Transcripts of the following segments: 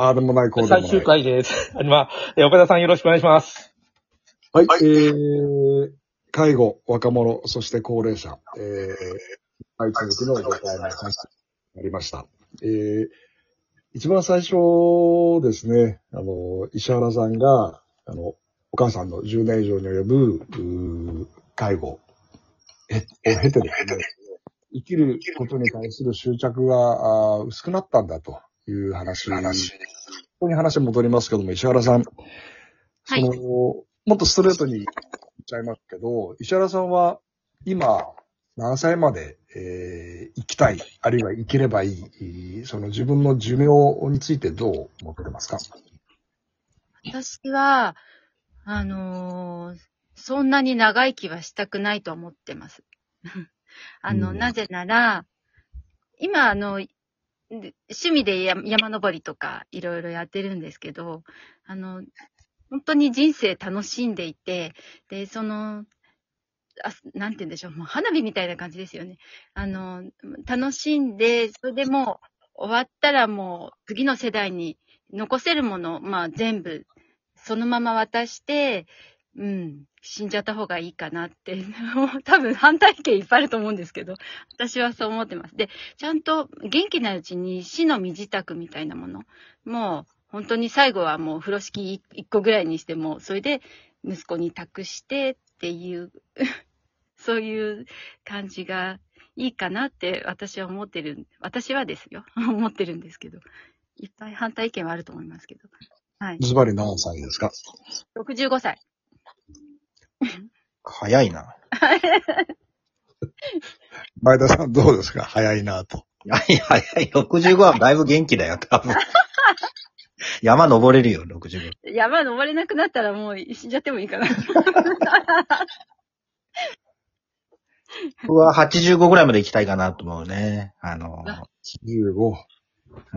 ああでもない、こうでもない。 最終回です。岡田さんよろしくお願いします。 はい、介護、若者、そして高齢者、はい続きのご会談させてなりました。一番最初ですね、石原さんが、お母さんの10年以上に及ぶ、介護を経てですね、生きることに対する執着が薄くなったんだという話。ここに話戻りますけども、石原さん、 はい、 もっとストレートに言っちゃいますけど、石原さんは今何歳まで、生きたい、あるいは生きればいい、その自分の寿命についてどう思ってますか？ 私は、そんなに長生きはしたくないと思ってます。なぜなら、今、趣味で山登りとかいろいろやってるんですけど、本当に人生楽しんでいて、で、なんて言うんでしょう、もう花火みたいな感じですよね。楽しんで、それでもう終わったらもう次の世代に残せるもの、全部そのまま渡して、死んじゃった方がいいかなって、多分反対意見いっぱいあると思うんですけど、私はそう思ってます。で、ちゃんと元気なうちに死の身支度みたいなもの、もう本当に最後はもう風呂敷1個ぐらいにしても、それで息子に託してっていう、そういう感じがいいかなって私は私はですよ、思ってるんですけど、いっぱい反対意見はあると思いますけど。はい。 ズバリ何歳ですか 65歳。 早いな。 前田さんどうですか？早いなと。 早い。65はだいぶ元気だよ、多分。山登れるよ、65。 山登れなくなったらもう死んじゃってもいいかな。 僕は85ぐらいまで行きたいかなと思うね。 15。 うん。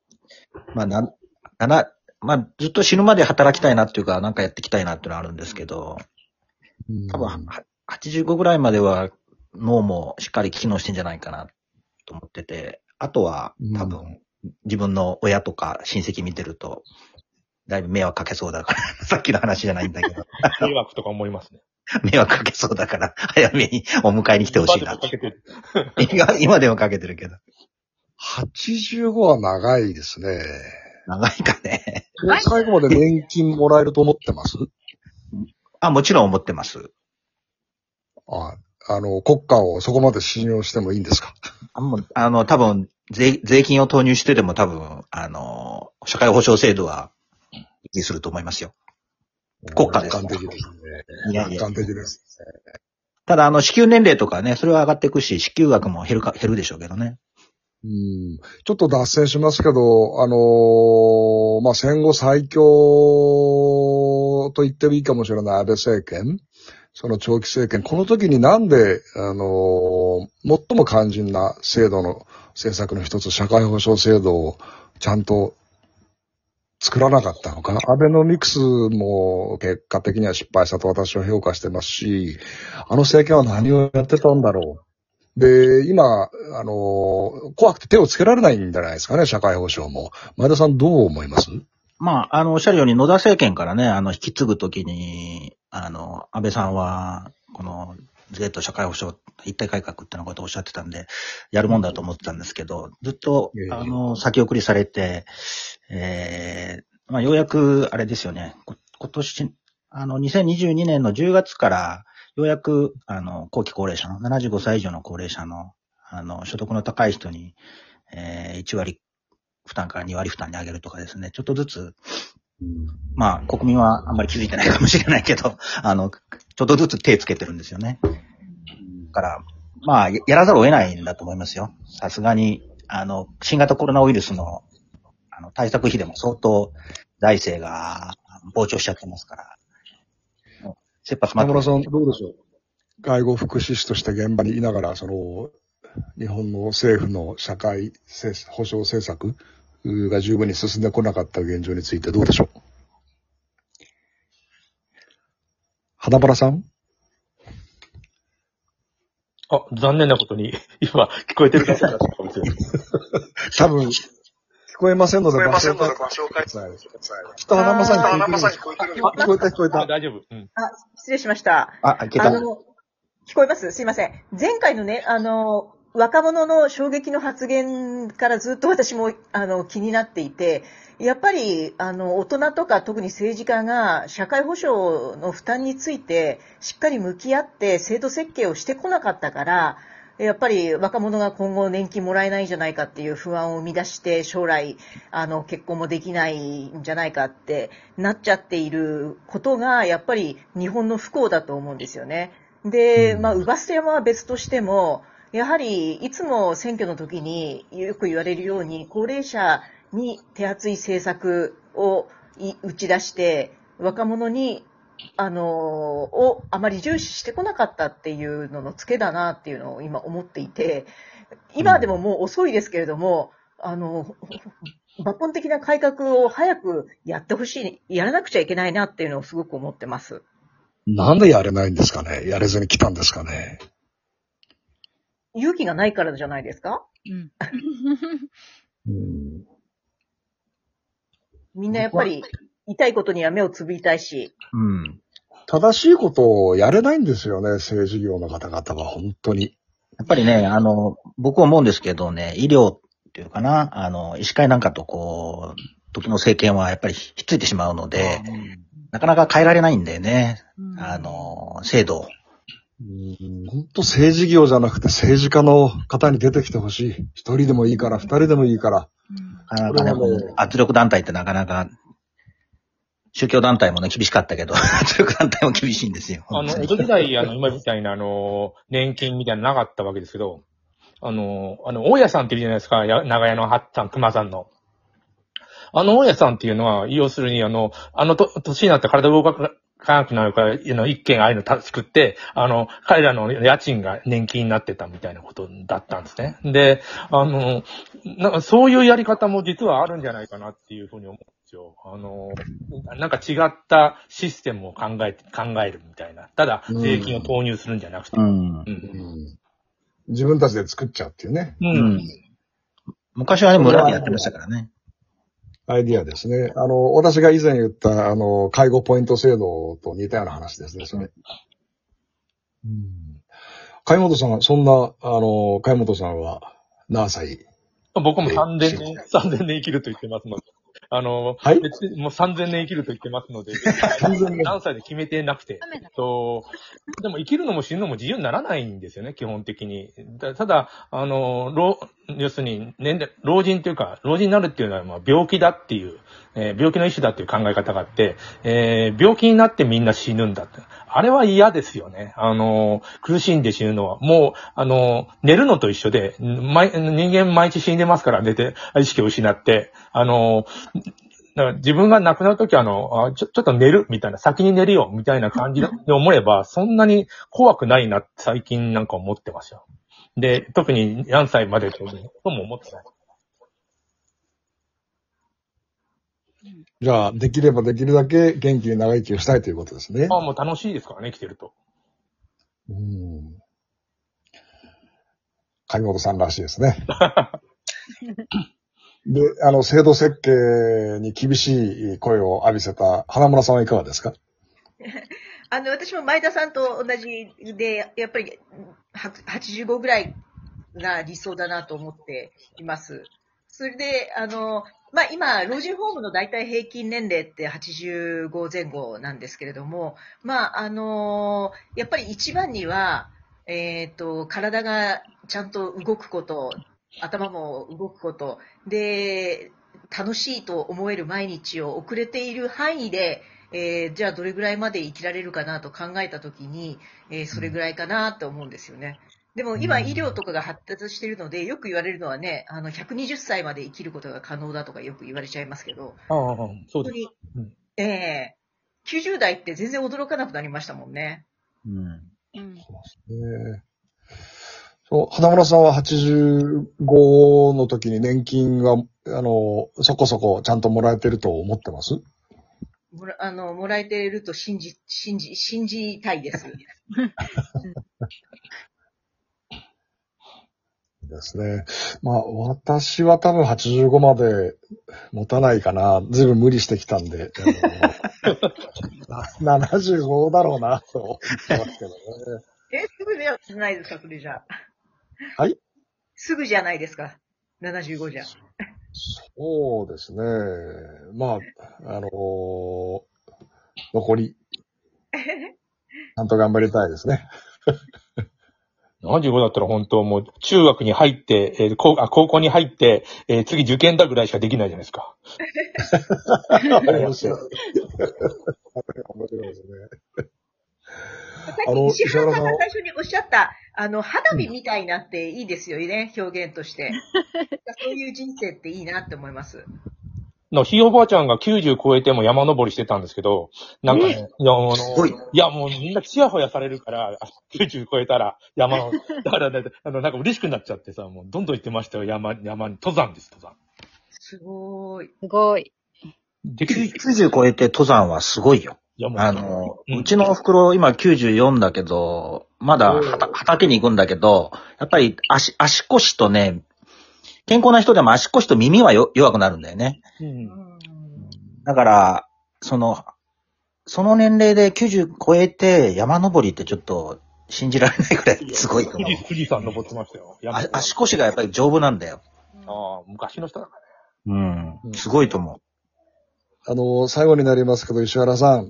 ずっと死ぬまで働きたいなっていうか、なんかやっていきたいなっていうのはあるんですけど、多分、85ぐらいまでは脳もしっかり機能してんじゃないかなと思ってて、あとは多分、自分の親とか親戚見てると、だいぶ迷惑かけそうだから、さっきの話じゃないんだけど。 迷惑とか思いますね。 迷惑かけそうだから、早めにお迎えに来てほしいな。今でもかけてるけど。 85は長いですね。 長いかね。 最後まで年金もらえると思ってます？ もちろん思ってます。 国家をそこまで信用してもいいんですか？ 多分、税金を投入してでも多分、社会保障制度は維持すると思いますよ。国家です。 楽観的ですね。楽観的ですね。 ただ、支給年齢とかね、それは上がっていくし、支給額も減るでしょうけどね。 ちょっと脱線しますけど、戦後最強と言ってもいいかもしれない安倍政権、その長期政権、この時になんで、最も肝心な政策の一つ、社会保障制度をちゃんと作らなかったのか。アベノミクスも結果的には失敗したと私は評価してますし、政権は何をやってたんだろう。で、今、怖くて手をつけられないんじゃないですかね、社会保障も。前田さんどう思います？ おっしゃるように野田政権からね、引き継ぐときに、安倍さんは、この、税と社会保障一体改革ってのことをおっしゃってたんで、やるもんだと思ってたんですけど、ずっと、先送りされて、ようやく、あれですよね、今年、2022年の10月から、ようやく、後期高齢者の、75歳以上の高齢者の、所得の高い人に、1割負担から2割負担に上げるとかですね、ちょっとずつ、国民はあんまり気づいてないかもしれないけど、ちょっとずつ手つけてるんですよね。だから、やらざるを得ないんだと思いますよ。さすがに、新型コロナウイルスの、対策費でも相当財政が膨張しちゃってますから。 田村さん、どうでしょう？介護福祉士として現場にいながら、日本の政府の社会保障政策が十分に進んでこなかった現状についてどうでしょう？花原さん？ 残念なことに、今、聞こえてるかもしれない。 多分、 聞こえませんので場所を変えてください。きっと花間さんに聞こえてる。聞こえた聞こえた。 大丈夫。うん。 失礼しました。 聞いた。 聞こえます？すいません。前回のね、若者の衝撃の発言からずっと私も、気になっていて、やっぱり、大人とか特に政治家が社会保障の負担についてしっかり向き合って制度設計をしてこなかったから、やっぱり若者が今後年金もらえないんじゃないかっていう不安を生み出して将来結婚もできないんじゃないかってなっちゃっていることがやっぱり日本の不幸だと思うんですよね。で、乳母捨て山は別としてもやはりいつも選挙の時によく言われるように高齢者に手厚い政策を打ち出して若者にをあまり重視してこなかったっていうののツケだなっていうのを今思っていて、今でももう遅いですけれども、抜本的な改革を早くやってほしい、やらなくちゃいけないなっていうのをすごく思ってます。 なんでやれないんですかね？やれずに来たんですかね？ 勇気がないからじゃないですか？みんなやっぱり痛いことには目をつぶりたいし。 正しいことをやれないんですよね、政治業の方々は、本当に。 やっぱりね、僕は思うんですけどね、医療っていうかな、医師会なんかと時の政権はやっぱりひっついてしまうので、なかなか変えられないんだよね、制度を。 本当政治業じゃなくて政治家の方に出てきてほしい。一人でもいいから、二人でもいいから。 なかなかね、圧力団体ってなかなか、宗教団体もね、厳しかったけど、圧力団体も厳しいんですよ。 江戸時代、今みたいな、年金みたいなのなかったわけですけど、大家さんっているじゃないですか、長屋の八さん、熊さんの。大家さんっていうのは、要するに、年になって体が動かなくなるから、一軒ああいうの作って、彼らの家賃が年金になってたみたいなことだったんですね。で、なんかそういうやり方も実はあるんじゃないかなっていうふうに思うんですよ。なんか違ったシステムを考えるみたいな。ただ、税金を投入するんじゃなくて。 自分たちで作っちゃうっていうね。 昔はね、村でやってましたからね。 アイディアですね。私が以前言った、介護ポイント制度と似たような話ですね、それ。貝本さん、そんな、貝本さんは何歳？ 僕も3000年生きると言ってますので。 はい、 別にもう3000年生きると言ってますので、何歳で決めてなくて。でも生きるのも死ぬのも自由にならないんですよね、基本的に。ただ、要するに、老人というか、老人になるっていうのは、まあ、病気だっていう、病気の一種だっていう考え方があって、病気になってみんな死ぬんだって。あれは嫌ですよね。苦しんで死ぬのは。もう、寝るのと一緒で、人間毎日死んでますから寝て、意識を失って、だから自分が亡くなるときはちょっと寝るみたいな、先に寝るよみたいな感じで思えば、そんなに怖くないなって最近なんか思ってますよ。で、特に何歳までとも思ってない。 じゃあ、できればできるだけ元気に長生きをしたいということですね。 もう楽しいですからね、生きてると。 上本さんらしいですね。で、制度設計に厳しい声を浴びせた花村さんはいかがですか？ 私も前田さんと同じで、やっぱり85ぐらいが理想だなと思っています。それで、今、老人ホームの大体平均年齢って85前後なんですけれども、やっぱり一番には、体がちゃんと動くこと、頭も動くこと、で、楽しいと思える毎日を送れている範囲で、じゃあどれぐらいまで生きられるかなと考えたときに、それぐらいかなと思うんですよね。でも今医療とかが発達しているので、よく言われるのはね、120歳まで生きることが可能だとかよく言われちゃいますけど、 そうです。 90代って全然驚かなくなりましたもんね。 花村さんは85の時に年金は、そこそこちゃんともらえてると思ってます？ もらえてると信じたいです。 ですね。まあ、私は多分85まで持たないかな。ずいぶん無理してきたんで。75だろうな、と思ってますけどね。 すぐじゃないですか、それじゃあ。 はい。 すぐじゃないですか。75じゃ。 そうですね。まあ、残り、ちゃんと頑張りたいですね。 75だったら本当もう中学に入って、高校に入って、次受験だぐらいしかできないじゃないですか。 面白い。面白いですね。 さっき石原さんが最初におっしゃった、花火みたいなっていいですよね、表現として。そういう人生っていいなって思います。 ひいおばあちゃんが90超えても山登りしてたんですけど、なんかね、いやもうみんなチヤホヤされるから、90超えたら山の、だからね、なんか嬉しくなっちゃってさ、もうどんどん行ってましたよ、山に、登山です、登山。 すごーい。 すごい。 できる。 90超えて登山はすごいよ。 いやもううちのお袋今94だけど、まだ畑に行くんだけど、やっぱり足腰とね、健康な人でも足腰と耳は弱くなるんだよね。だから、その年齢で90超えて山登りってちょっと信じられないくらいすごいと思う。 富士山登ってましたよ。 足腰がやっぱり丈夫なんだよ。 ああ、昔の人だからね。すごいと思う。 最後になりますけど、石原さん、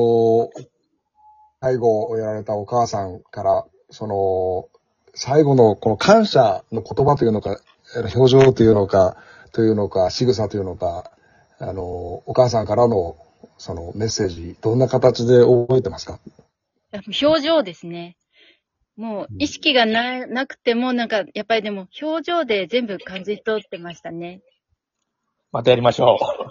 介護をやられたお母さんから、最後のこの感謝の言葉というのか、表情というのか、仕草というのか、お母さんからの、メッセージ、どんな形で覚えてますか？ 表情ですね。もう、意識がなくても、なんか、やっぱりでも、表情で全部感じ取ってましたね。 またやりましょう。